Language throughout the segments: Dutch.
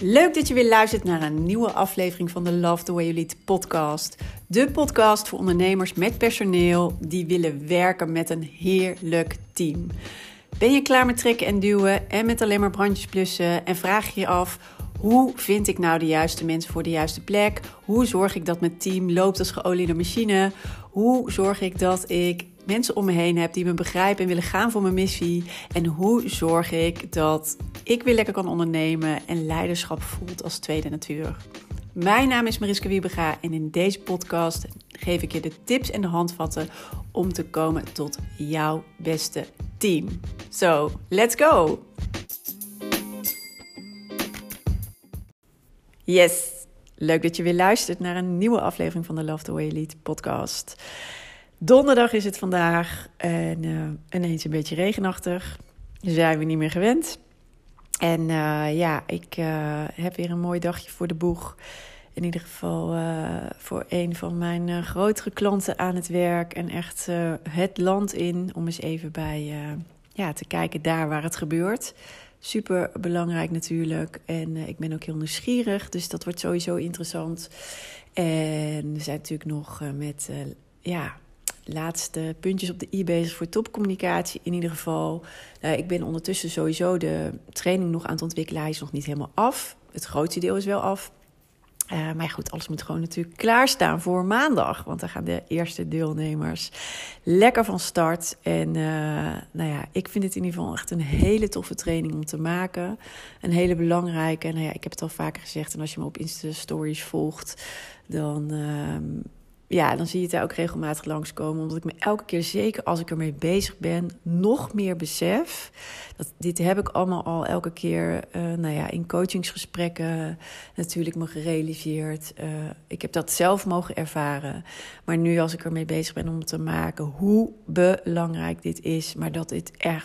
Leuk dat je weer luistert naar een nieuwe aflevering van de Love the Way You Lead podcast. De podcast voor ondernemers met personeel die willen werken met een heerlijk team. Ben je klaar met trekken en duwen en met alleen maar brandjes blussen en vraag je je af: hoe vind ik nou de juiste mensen voor de juiste plek? Hoe zorg ik dat mijn team loopt als geoliede machine? Hoe zorg ik dat ik mensen om me heen heb die me begrijpen en willen gaan voor mijn missie? En hoe zorg ik dat ik weer lekker kan ondernemen en leiderschap voelt als tweede natuur? Mijn naam is Mariska Wiebega en in deze podcast geef ik je de tips en de handvatten om te komen tot jouw beste team. So, let's go! Yes, leuk dat je weer luistert naar een nieuwe aflevering van de Love the Way You Lead podcast. Donderdag is het vandaag en ineens een beetje regenachtig. Zijn we niet meer gewend. En ik heb weer een mooi dagje voor de boeg. In ieder geval voor een van mijn grotere klanten aan het werk. En echt het land in om eens even bij te kijken daar waar het gebeurt. Super belangrijk natuurlijk. En ik ben ook heel nieuwsgierig. Dus dat wordt sowieso interessant. En we zijn natuurlijk nog met laatste puntjes op de i bezig voor topcommunicatie. In ieder geval, ik ben ondertussen sowieso de training nog aan het ontwikkelen. Hij is nog niet helemaal af. Het grootste deel is wel af. Maar ja, goed, alles moet gewoon natuurlijk klaarstaan voor maandag. Want dan gaan de eerste deelnemers lekker van start. En ik vind het in ieder geval echt een hele toffe training om te maken. Een hele belangrijke. En ik heb het al vaker gezegd. En als je me op Insta Stories volgt, dan zie je het daar ook regelmatig langskomen. Omdat ik me elke keer, zeker als ik ermee bezig ben, nog meer besef. Dit heb ik allemaal al elke keer in coachingsgesprekken natuurlijk me gerealiseerd. Ik heb dat zelf mogen ervaren. Maar nu als ik ermee bezig ben om te maken hoe belangrijk dit is. Maar dat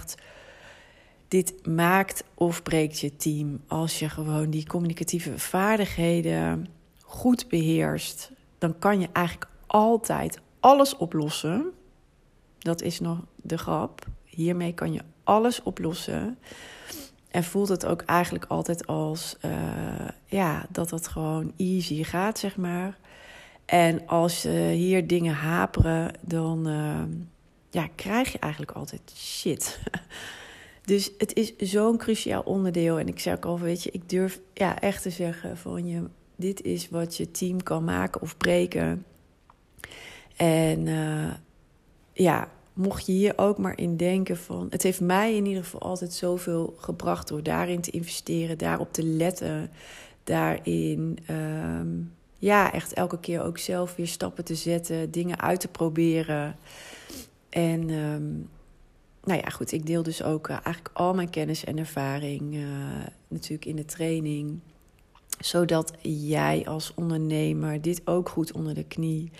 dit maakt of breekt je team. Als je gewoon die communicatieve vaardigheden goed beheerst, dan kan je eigenlijk altijd alles oplossen. Dat is nog de grap. Hiermee kan je alles oplossen. En voelt het ook eigenlijk altijd als dat het gewoon easy gaat, zeg maar. En als hier dingen haperen, dan krijg je eigenlijk altijd shit. Dus het is zo'n cruciaal onderdeel. En ik zeg ook al, ik durf echt te zeggen van dit is wat je team kan maken of breken. En mocht je hier ook maar in denken van, het heeft mij in ieder geval altijd zoveel gebracht door daarin te investeren, daarop te letten, daarin echt elke keer ook zelf weer stappen te zetten, dingen uit te proberen. En ik deel dus ook eigenlijk al mijn kennis en ervaring natuurlijk in de training, zodat jij als ondernemer dit ook goed onder de knie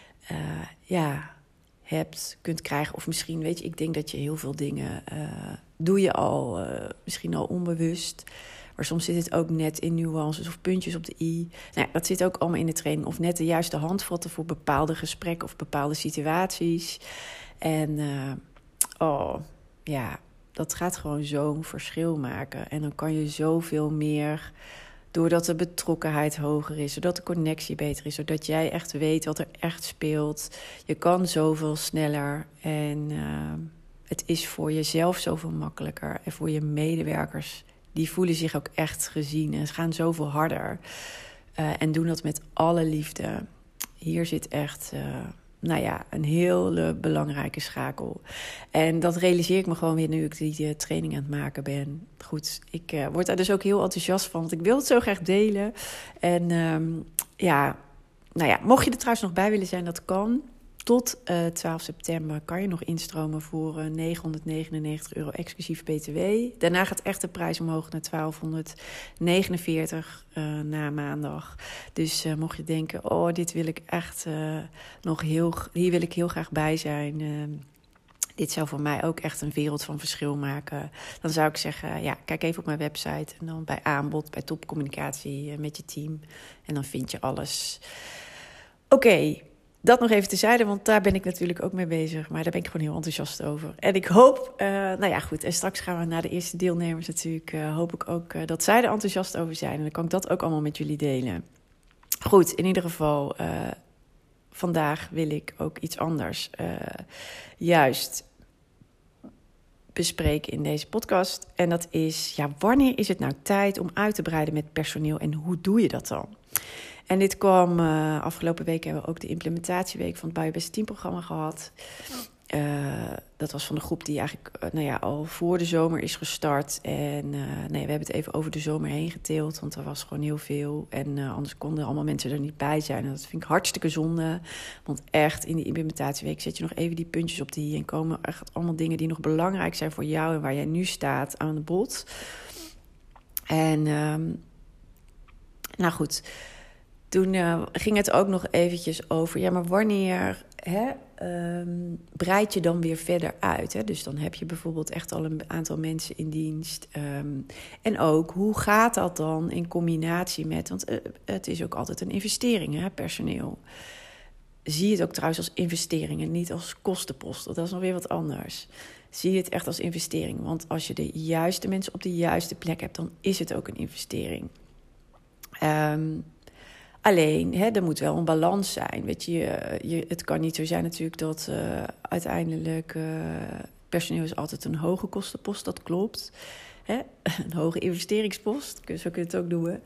kunt krijgen. Of misschien, ik denk dat je heel veel dingen doe je al, misschien al onbewust. Maar soms zit het ook net in nuances of puntjes op de i. Dat zit ook allemaal in de training. Of net de juiste handvatten voor bepaalde gesprekken of bepaalde situaties. En dat gaat gewoon zo'n verschil maken. En dan kan je zoveel meer, doordat de betrokkenheid hoger is, zodat de connectie beter is, zodat jij echt weet wat er echt speelt. Je kan zoveel sneller en het is voor jezelf zoveel makkelijker. En voor je medewerkers, die voelen zich ook echt gezien en ze gaan zoveel harder. En doen dat met alle liefde. Hier zit echt een hele belangrijke schakel. En dat realiseer ik me gewoon weer nu ik die training aan het maken ben. Goed, ik word daar dus ook heel enthousiast van, want ik wil het zo graag delen. En mocht je er trouwens nog bij willen zijn, dat kan. Tot 12 september kan je nog instromen voor €999 exclusief BTW. Daarna gaat echt de prijs omhoog naar €1249 na maandag. Dus mocht je denken, dit wil ik echt hier wil ik heel graag bij zijn. Dit zou voor mij ook echt een wereld van verschil maken. Dan zou ik zeggen, kijk even op mijn website. En dan bij aanbod, bij topcommunicatie met je team. En dan vind je alles. Oké. Dat nog even tezijde, want daar ben ik natuurlijk ook mee bezig. Maar daar ben ik gewoon heel enthousiast over. En ik hoop, goed. En straks gaan we naar de eerste deelnemers natuurlijk. Hoop ik ook dat zij er enthousiast over zijn. En dan kan ik dat ook allemaal met jullie delen. Goed, in ieder geval, vandaag wil ik ook iets anders juist bespreken in deze podcast. En dat is, wanneer is het nou tijd om uit te breiden met personeel en hoe doe je dat dan? En dit kwam, afgelopen week hebben we ook de implementatieweek van het BioBest Teamprogramma gehad. Dat was van de groep die eigenlijk al voor de zomer is gestart. En we hebben het even over de zomer heen geteeld, want er was gewoon heel veel. En anders konden allemaal mensen er niet bij zijn. En dat vind ik hartstikke zonde. Want echt, in die implementatieweek zet je nog even die puntjes op de i en komen echt allemaal dingen die nog belangrijk zijn voor jou en waar jij nu staat aan de bod. En goed. Toen ging het ook nog eventjes over, maar wanneer breid je dan weer verder uit? Hè? Dus dan heb je bijvoorbeeld echt al een aantal mensen in dienst. En ook, hoe gaat dat dan in combinatie met, want het is ook altijd een investering, hè, personeel. Zie het ook trouwens als investering en niet als kostenpost. Dat is nog weer wat anders. Zie het echt als investering. Want als je de juiste mensen op de juiste plek hebt, dan is het ook een investering. Alleen, er moet wel een balans zijn. Weet je, het kan niet zo zijn natuurlijk dat uiteindelijk personeel is altijd een hoge kostenpost, dat klopt. Een hoge investeringspost, zo kun je het ook noemen.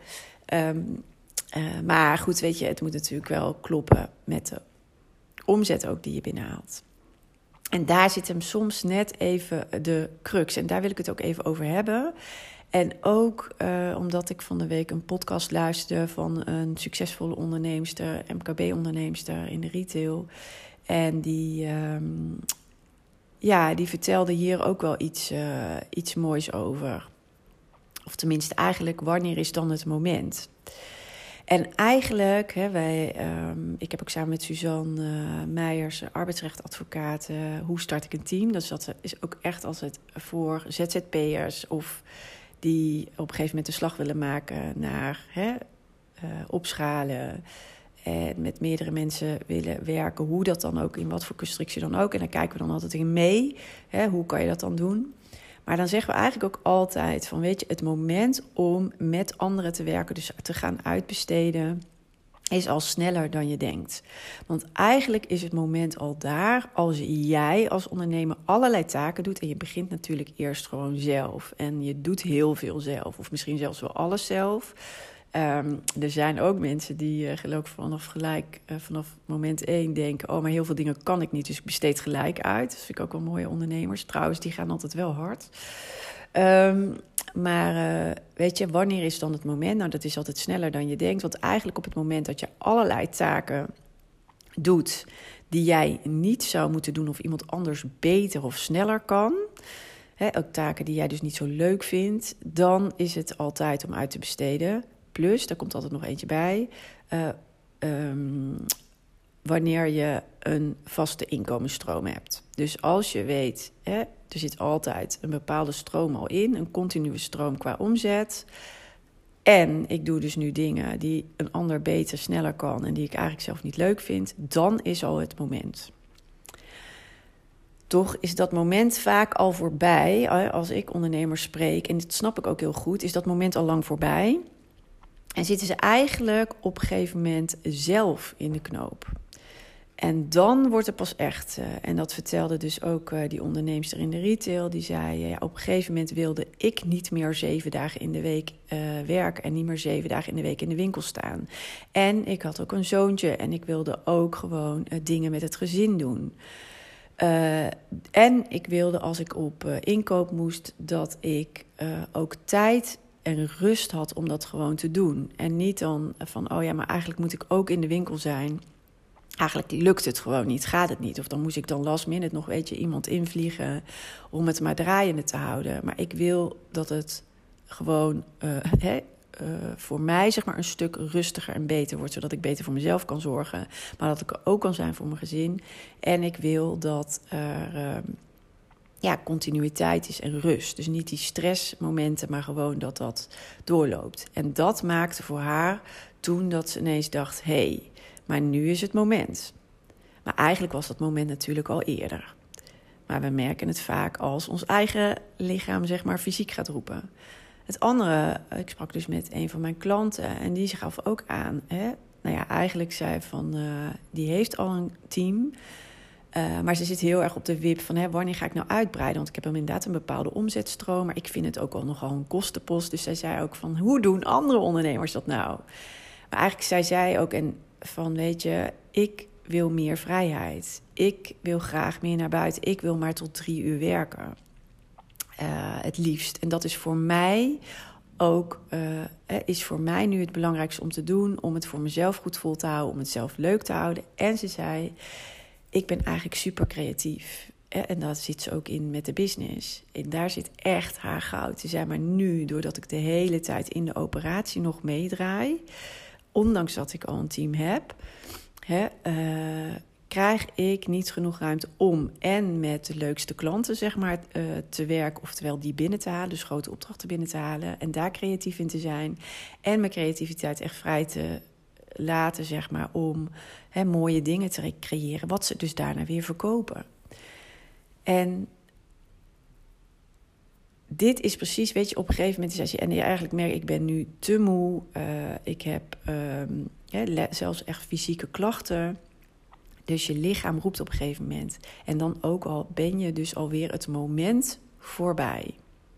Maar goed, weet je, het moet natuurlijk wel kloppen met de omzet ook die je binnenhaalt. En daar zit hem soms net even de crux. En daar wil ik het ook even over hebben. En ook omdat ik van de week een podcast luisterde van een succesvolle onderneemster, MKB-onderneemster in de retail. En die vertelde hier ook wel iets moois over. Of tenminste eigenlijk, wanneer is dan het moment? En eigenlijk, ik heb ook samen met Suzanne Meijers, arbeidsrechtadvocaat, hoe start ik een team? Dus dat is ook echt als het voor ZZP'ers of die op een gegeven moment de slag willen maken naar opschalen en met meerdere mensen willen werken. Hoe dat dan ook, in wat voor constructie dan ook. En daar kijken we dan altijd in mee. Hoe kan je dat dan doen? Maar dan zeggen we eigenlijk ook altijd van, weet je, het moment om met anderen te werken, dus te gaan uitbesteden, is al sneller dan je denkt. Want eigenlijk is het moment al daar als jij als ondernemer allerlei taken doet. En je begint natuurlijk eerst gewoon zelf. En je doet heel veel zelf. Of misschien zelfs wel alles zelf. Er zijn ook mensen die geloof vanaf moment 1 denken, maar heel veel dingen kan ik niet, dus ik besteed gelijk uit. Dat vind ik ook wel mooie ondernemers. Trouwens, die gaan altijd wel hard. Maar weet je, wanneer is dan het moment? Nou, dat is altijd sneller dan je denkt. Want eigenlijk op het moment dat je allerlei taken doet die jij niet zou moeten doen of iemand anders beter of sneller kan, ook taken die jij dus niet zo leuk vindt, dan is het al tijd om uit te besteden. Plus, daar komt altijd nog eentje bij, wanneer je een vaste inkomensstroom hebt. Dus als je weet, er zit altijd een bepaalde stroom al in, een continue stroom qua omzet. En ik doe dus nu dingen die een ander beter, sneller kan en die ik eigenlijk zelf niet leuk vind, dan is al het moment. Toch is dat moment vaak al voorbij. Als ik ondernemers spreek, en dat snap ik ook heel goed, is dat moment al lang voorbij. En zitten ze eigenlijk op een gegeven moment zelf in de knoop. En dan wordt het pas echt, en dat vertelde dus ook die onderneemster in de retail, die zei, op een gegeven moment wilde ik niet meer 7 dagen in de week werken en niet meer 7 dagen in de week in de winkel staan. En ik had ook een zoontje en ik wilde ook gewoon dingen met het gezin doen. En ik wilde, als ik op inkoop moest, dat ik ook tijd en rust had om dat gewoon te doen. En niet dan van, maar eigenlijk moet ik ook in de winkel zijn. Eigenlijk lukt het gewoon niet, gaat het niet. Of dan moest ik dan last minute nog, iemand invliegen om het maar draaiende te houden. Maar ik wil dat het gewoon voor mij zeg maar een stuk rustiger en beter wordt, zodat ik beter voor mezelf kan zorgen, maar dat ik er ook kan zijn voor mijn gezin. En ik wil dat er continuïteit is en rust. Dus niet die stressmomenten, maar gewoon dat doorloopt. En dat maakte voor haar toen dat ze ineens dacht, maar nu is het moment. Maar eigenlijk was dat moment natuurlijk al eerder. Maar we merken het vaak als ons eigen lichaam, zeg maar, fysiek gaat roepen. Het andere, ik sprak dus met een van mijn klanten en die gaf ook aan. Nou ja, eigenlijk zei van, die heeft al een team. Maar ze zit heel erg op de wip van, wanneer ga ik nou uitbreiden? Want ik heb hem inderdaad een bepaalde omzetstroom. Maar ik vind het ook wel nogal een kostenpost. Dus zij zei ook van, hoe doen andere ondernemers dat nou? Maar eigenlijk zei zij ook van, weet je, ik wil meer vrijheid. Ik wil graag meer naar buiten. Ik wil maar tot 3 uur werken. Het liefst. En dat is voor mij ook is voor mij nu het belangrijkste om te doen. Om het voor mezelf goed vol te houden. Om het zelf leuk te houden. En ze zei, ik ben eigenlijk super creatief. En dat zit ze ook in met de business. En daar zit echt haar goud. Ze zei, maar nu, doordat ik de hele tijd in de operatie nog meedraai, ondanks dat ik al een team heb, krijg ik niet genoeg ruimte om en met de leukste klanten, zeg maar, te werken, oftewel die binnen te halen, dus grote opdrachten binnen te halen en daar creatief in te zijn en mijn creativiteit echt vrij te laten, zeg maar, om mooie dingen te creëren, wat ze dus daarna weer verkopen. En dit is precies, weet je, op een gegeven moment is als je, en je eigenlijk merkt, ik ben nu te moe, ik heb zelfs echt fysieke klachten. Dus je lichaam roept op een gegeven moment. En dan ook al ben je dus alweer het moment voorbij.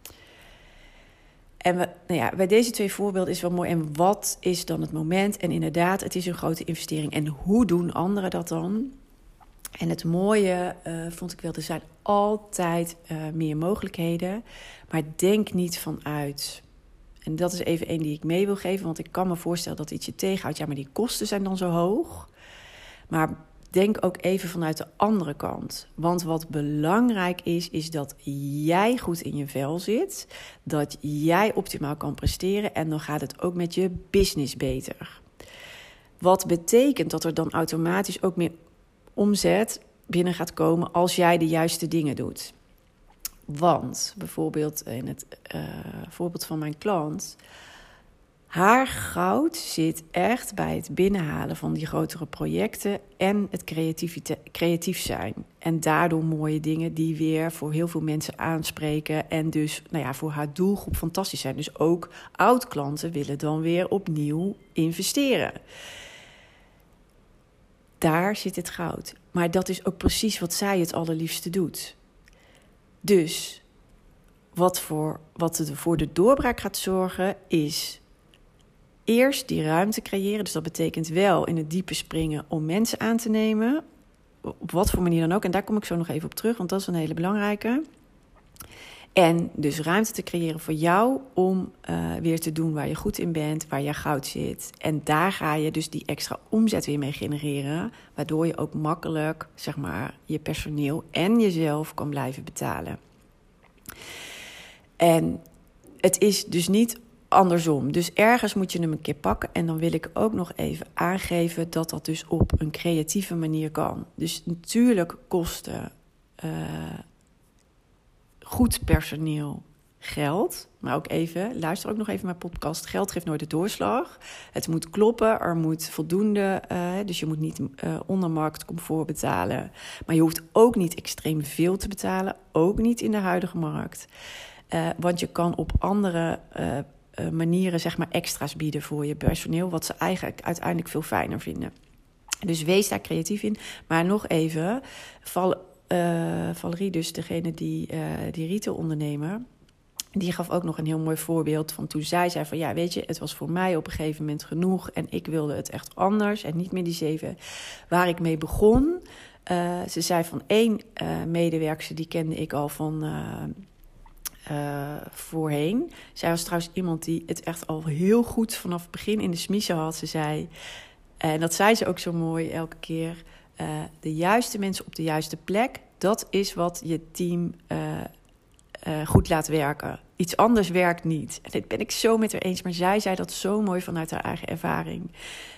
En bij deze 2 voorbeelden is wel mooi. En wat is dan het moment? En inderdaad, het is een grote investering. En hoe doen anderen dat dan? En het mooie vond ik wel, er zijn altijd meer mogelijkheden. Maar denk niet vanuit. En dat is even één die ik mee wil geven. Want ik kan me voorstellen dat iets je tegenhoudt. Ja, maar die kosten zijn dan zo hoog. Maar denk ook even vanuit de andere kant. Want wat belangrijk is dat jij goed in je vel zit. Dat jij optimaal kan presteren. En dan gaat het ook met je business beter. Wat betekent dat er dan automatisch ook meer omzet binnen gaat komen als jij de juiste dingen doet. Want bijvoorbeeld in het voorbeeld van mijn klant, haar goud zit echt bij het binnenhalen van die grotere projecten en het creatief zijn. En daardoor mooie dingen die weer voor heel veel mensen aanspreken en dus voor haar doelgroep fantastisch zijn. Dus ook oud-klanten willen dan weer opnieuw investeren. Daar zit het goud. Maar dat is ook precies wat zij het allerliefste doet. Dus wat voor de doorbraak gaat zorgen is eerst die ruimte creëren. Dus dat betekent wel in het diepe springen om mensen aan te nemen. Op wat voor manier dan ook. En daar kom ik zo nog even op terug, want dat is een hele belangrijke. En dus ruimte te creëren voor jou om weer te doen waar je goed in bent, waar je goud zit. En daar ga je dus die extra omzet weer mee genereren, waardoor je ook makkelijk, zeg maar, je personeel en jezelf kan blijven betalen. En het is dus niet andersom. Dus ergens moet je hem een keer pakken. En dan wil ik ook nog even aangeven dat dat dus op een creatieve manier kan. Dus natuurlijk kosten goed personeel geld. Maar ook even, luister ook nog even mijn podcast. Geld geeft nooit de doorslag. Het moet kloppen, er moet voldoende. Dus je moet niet onder marktcomfort betalen. Maar je hoeft ook niet extreem veel te betalen. Ook niet in de huidige markt. Want je kan op andere manieren, zeg maar, extra's bieden voor je personeel, wat ze eigenlijk uiteindelijk veel fijner vinden. Dus wees daar creatief in. Maar nog even, Valerie, dus degene die retailondernemer, die gaf ook nog een heel mooi voorbeeld van toen zij zei van, ja, weet je, het was voor mij op een gegeven moment genoeg en ik wilde het echt anders en niet meer die 7 waar ik mee begon. Ze zei van 1 medewerkster, die kende ik al van voorheen. Zij was trouwens iemand die het echt al heel goed vanaf het begin in de smiezen had. Ze zei, en dat zei ze ook zo mooi elke keer, de juiste mensen op de juiste plek, dat is wat je team goed laat werken. Iets anders werkt niet. En dit ben ik zo met haar eens, maar zij zei dat zo mooi vanuit haar eigen ervaring.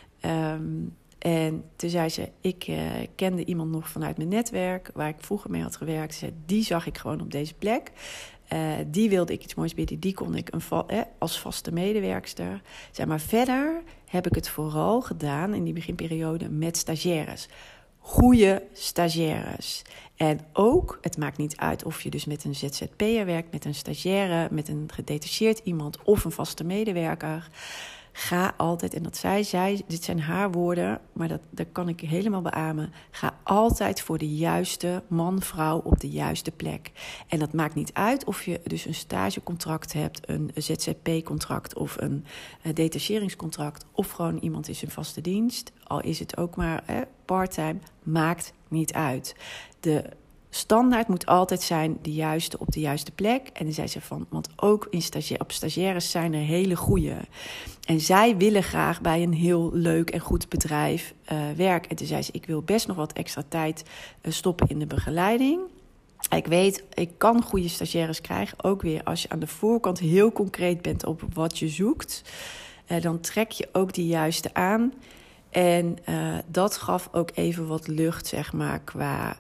En toen zei ze, ik kende iemand nog vanuit mijn netwerk, waar ik vroeger mee had gewerkt. Ze zei, die zag ik gewoon op deze plek. Die wilde ik iets moois bieden. Die kon ik als vaste medewerkster. Zeg maar, verder heb ik het vooral gedaan in die beginperiode met stagiaires. goede stagiaires. En ook, het maakt niet uit of je dus met een ZZP'er werkt, met een stagiaire, met een gedetacheerd iemand of een vaste medewerker. Ga altijd, en dat zij, dit zijn haar woorden, maar dat kan ik helemaal beamen. Ga altijd voor de juiste man, vrouw op de juiste plek. En dat maakt niet uit of je dus een stagecontract hebt, een ZZP-contract of een detacheringscontract. Of gewoon iemand is in vaste dienst. Al is het ook maar parttime, maakt niet uit. De standaard moet altijd zijn de juiste op de juiste plek. En dan zei ze van, want ook op stagiaires zijn er hele goeie. En zij willen graag bij een heel leuk en goed bedrijf werken. En toen zei ze, ik wil best nog wat extra tijd stoppen in de begeleiding. Ik weet, ik kan goede stagiaires krijgen. Ook weer als je aan de voorkant heel concreet bent op wat je zoekt. Dan trek je ook die juiste aan. En dat gaf ook even wat lucht, zeg maar, qua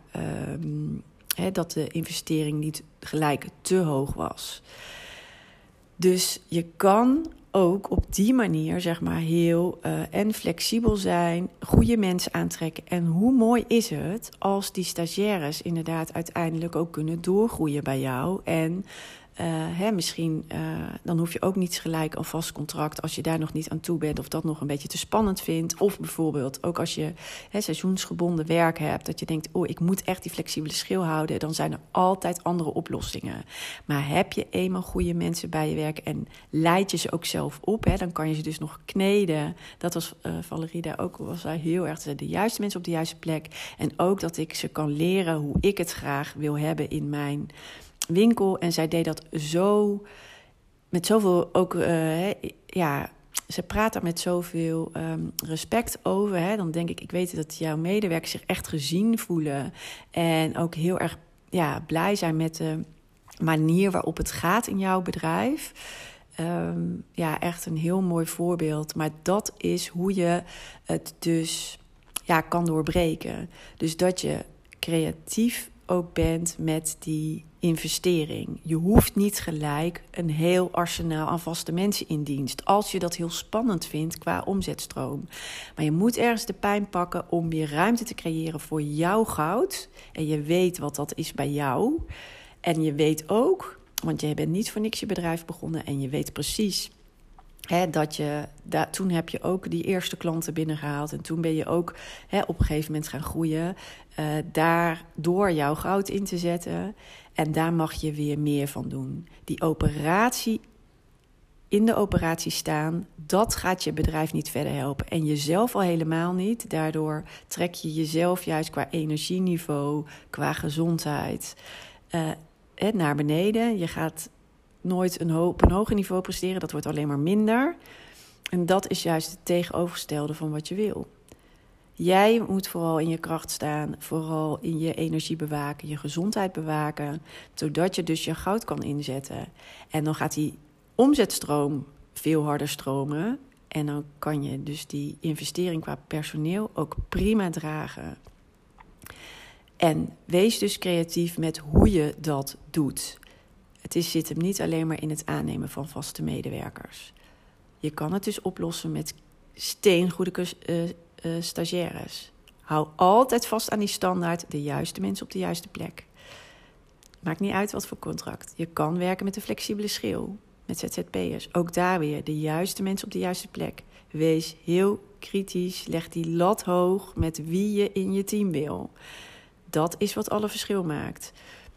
dat de investering niet gelijk te hoog was. Dus je kan ook op die manier, zeg maar, heel en flexibel zijn, goede mensen aantrekken. En hoe mooi is het als die stagiaires inderdaad uiteindelijk ook kunnen doorgroeien bij jou. En misschien dan hoef je ook niet gelijk een vast contract als je daar nog niet aan toe bent of dat nog een beetje te spannend vindt. Of bijvoorbeeld ook als je seizoensgebonden werk hebt, dat je denkt, ik moet echt die flexibele schil houden. Dan zijn er altijd andere oplossingen. Maar heb je eenmaal goede mensen bij je werk en leid je ze ook zelf op, dan kan je ze dus nog kneden. Dat was Valerie daar ook, was daar heel erg de juiste mensen op de juiste plek. En ook dat ik ze kan leren hoe ik het graag wil hebben in mijn winkel. En zij deed dat zo met zoveel ook ze praat daar met zoveel respect over. Dan denk ik weet dat jouw medewerkers zich echt gezien voelen en ook heel erg blij zijn met de manier waarop het gaat in jouw bedrijf. Echt een heel mooi voorbeeld. Maar dat is hoe je het dus kan doorbreken. Dus dat je creatief ook bent met die investering. Je hoeft niet gelijk een heel arsenaal aan vaste mensen in dienst, als je dat heel spannend vindt qua omzetstroom. Maar je moet ergens de pijn pakken om weer ruimte te creëren voor jouw goud. En je weet wat dat is bij jou. En je weet ook, want je bent niet voor niks je bedrijf begonnen en je weet precies dat je toen heb je ook die eerste klanten binnengehaald. En toen ben je ook op een gegeven moment gaan groeien. Daardoor jouw goud in te zetten. En daar mag je weer meer van doen. Die operatie, in de operatie staan, dat gaat je bedrijf niet verder helpen. En jezelf al helemaal niet. Daardoor trek je jezelf juist qua energieniveau, qua gezondheid naar beneden. Je gaat nooit op een hoger niveau presteren. Dat wordt alleen maar minder. En dat is juist het tegenovergestelde van wat je wil. Jij moet vooral in je kracht staan. Vooral in je energie bewaken. Je gezondheid bewaken. Zodat je dus je goud kan inzetten. En dan gaat die omzetstroom veel harder stromen. En dan kan je dus die investering qua personeel ook prima dragen. En wees dus creatief met hoe je dat doet. Het zit hem niet alleen maar in het aannemen van vaste medewerkers. Je kan het dus oplossen met steengoede stagiaires. Hou altijd vast aan die standaard, de juiste mensen op de juiste plek. Maakt niet uit wat voor contract. Je kan werken met een flexibele schil, met ZZP'ers. Ook daar weer de juiste mensen op de juiste plek. Wees heel kritisch, leg die lat hoog met wie je in je team wil. Dat is wat alle verschil maakt.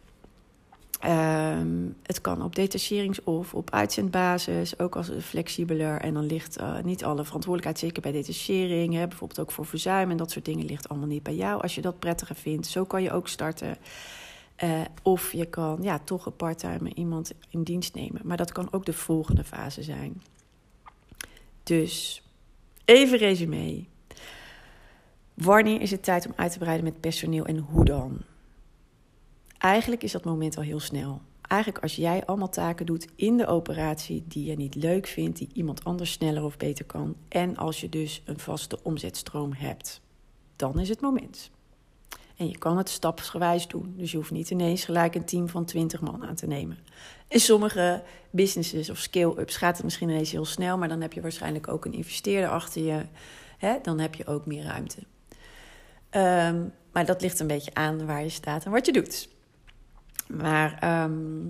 Het kan op detacherings- of op uitzendbasis, ook als flexibeler. En dan ligt niet alle verantwoordelijkheid, zeker bij detachering, bijvoorbeeld ook voor verzuim en dat soort dingen, ligt allemaal niet bij jou. Als je dat prettiger vindt, zo kan je ook starten. Of je kan toch een parttime iemand in dienst nemen. Maar dat kan ook de volgende fase zijn. Dus, even resume. Wanneer is het tijd om uit te breiden met personeel en hoe dan? Eigenlijk is dat moment al heel snel. Eigenlijk als jij allemaal taken doet in de operatie die je niet leuk vindt, die iemand anders sneller of beter kan. En als je dus een vaste omzetstroom hebt, dan is het moment. En je kan het stapsgewijs doen. Dus je hoeft niet ineens gelijk een team van 20 man aan te nemen. In sommige businesses of scale-ups gaat het misschien ineens heel snel, maar dan heb je waarschijnlijk ook een investeerder achter je. Dan heb je ook meer ruimte. Maar dat ligt een beetje aan waar je staat en wat je doet. Maar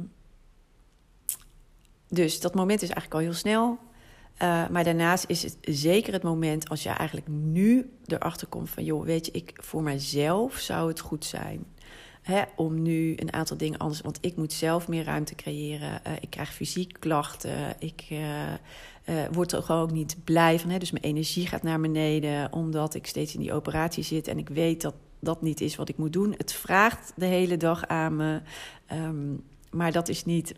dus dat moment is eigenlijk al heel snel. Maar daarnaast is het zeker het moment als je eigenlijk nu erachter komt van... joh, weet je, voor mijzelf zou het goed zijn... om nu een aantal dingen anders... want ik moet zelf meer ruimte creëren. Ik krijg fysiek klachten. Ik word er gewoon ook niet blij van. Dus mijn energie gaat naar beneden... omdat ik steeds in die operatie zit... en ik weet dat dat niet is wat ik moet doen. Het vraagt de hele dag aan me. Maar dat is niet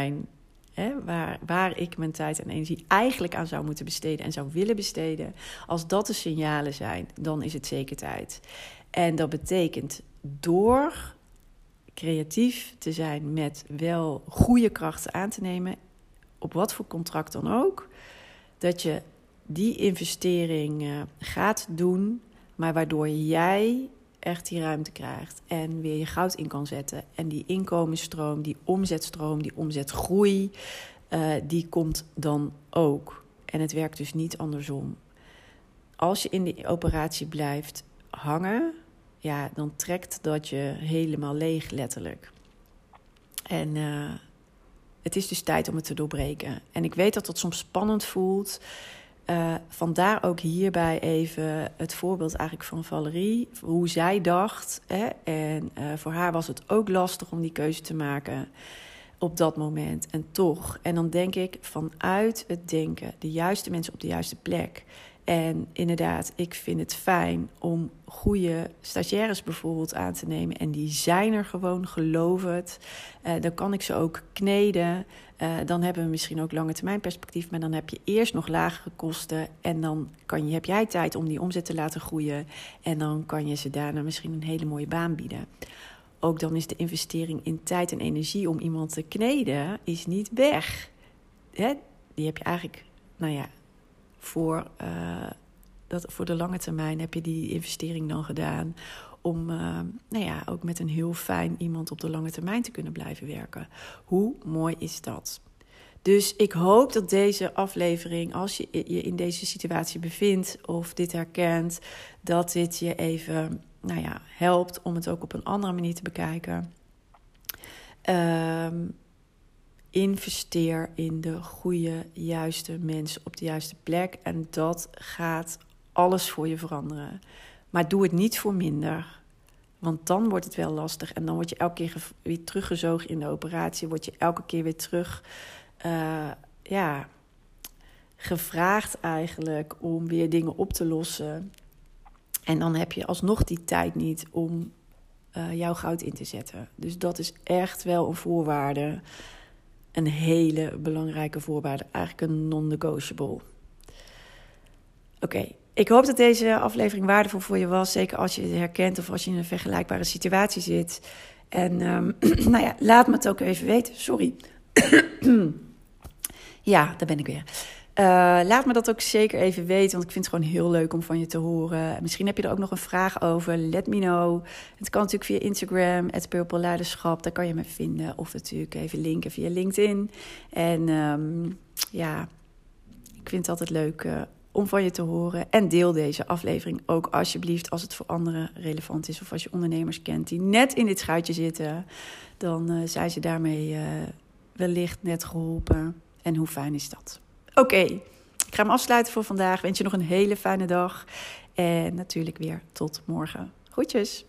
waar ik mijn tijd en energie eigenlijk aan zou moeten besteden... en zou willen besteden. Als dat de signalen zijn, dan is het zeker tijd. En dat betekent door creatief te zijn met wel goede krachten aan te nemen... op wat voor contract dan ook... dat je die investering gaat doen... maar waardoor jij echt die ruimte krijgt... en weer je goud in kan zetten. En die inkomensstroom, die omzetgroei... die komt dan ook. En het werkt dus niet andersom. Als je in die operatie blijft hangen... ja, dan trekt dat je helemaal leeg, letterlijk. En het is dus tijd om het te doorbreken. En ik weet dat dat soms spannend voelt. Vandaar ook hierbij even het voorbeeld eigenlijk van Valerie. Hoe zij dacht. En voor haar was het ook lastig om die keuze te maken op dat moment. En toch. En dan denk ik vanuit het denken. De juiste mensen op de juiste plek. En inderdaad, ik vind het fijn om goede stagiaires bijvoorbeeld aan te nemen. En die zijn er gewoon, geloof het. Dan kan ik ze ook kneden. Dan hebben we misschien ook lange termijn perspectief. Maar dan heb je eerst nog lagere kosten. En dan heb jij tijd om die omzet te laten groeien. En dan kan je ze daarna misschien een hele mooie baan bieden. Ook dan is de investering in tijd en energie om iemand te kneden is niet weg. Die heb je eigenlijk, voor de lange termijn heb je die investering dan gedaan... om ook met een heel fijn iemand op de lange termijn te kunnen blijven werken. Hoe mooi is dat? Dus ik hoop dat deze aflevering, als je je in deze situatie bevindt... of dit herkent, dat dit je even helpt om het ook op een andere manier te bekijken. Investeer in de goede, juiste mensen op de juiste plek. En dat gaat alles voor je veranderen. Maar doe het niet voor minder. Want dan wordt het wel lastig. En dan word je elke keer weer teruggezogen in de operatie. Word je elke keer weer terug gevraagd eigenlijk om weer dingen op te lossen. En dan heb je alsnog die tijd niet om jouw goud in te zetten. Dus dat is echt wel een voorwaarde. Een hele belangrijke voorwaarde. Eigenlijk een non-negotiable. Oké. Ik hoop dat deze aflevering waardevol voor je was. Zeker als je het herkent of als je in een vergelijkbare situatie zit. En laat me het ook even weten. Sorry. Ja, daar ben ik weer. Laat me dat ook zeker even weten, want ik vind het gewoon heel leuk om van je te horen. Misschien heb je er ook nog een vraag over. Let me know. Het kan natuurlijk via Instagram, @purpleleiderschap. Daar kan je me vinden. Of natuurlijk even linken via LinkedIn. En ik vind het altijd leuk om van je te horen. En deel deze aflevering ook alsjeblieft als het voor anderen relevant is. Of als je ondernemers kent die net in dit schuitje zitten. Dan zijn ze daarmee wellicht net geholpen. En hoe fijn is dat? Oké, ik ga hem afsluiten voor vandaag. Ik wens je nog een hele fijne dag. En natuurlijk weer tot morgen. Groetjes.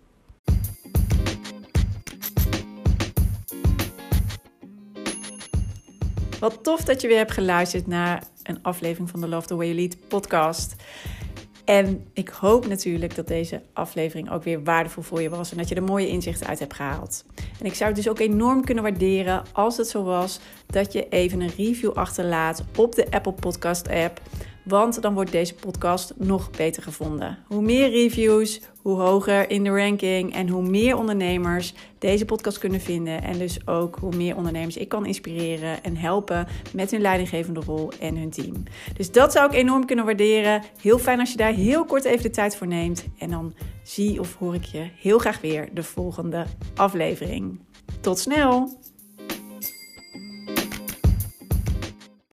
Wat tof dat je weer hebt geluisterd naar een aflevering van de Love the Way You Lead podcast. En ik hoop natuurlijk dat deze aflevering ook weer waardevol voor je was. En dat je er mooie inzichten uit hebt gehaald. En ik zou het dus ook enorm kunnen waarderen als het zo was dat je even een review achterlaat op de Apple Podcast app. Want dan wordt deze podcast nog beter gevonden. Hoe meer reviews, hoe hoger in de ranking en hoe meer ondernemers deze podcast kunnen vinden. En dus ook hoe meer ondernemers ik kan inspireren en helpen met hun leidinggevende rol en hun team. Dus dat zou ik enorm kunnen waarderen. Heel fijn als je daar heel kort even de tijd voor neemt. En dan zie of hoor ik je heel graag weer de volgende aflevering. Tot snel!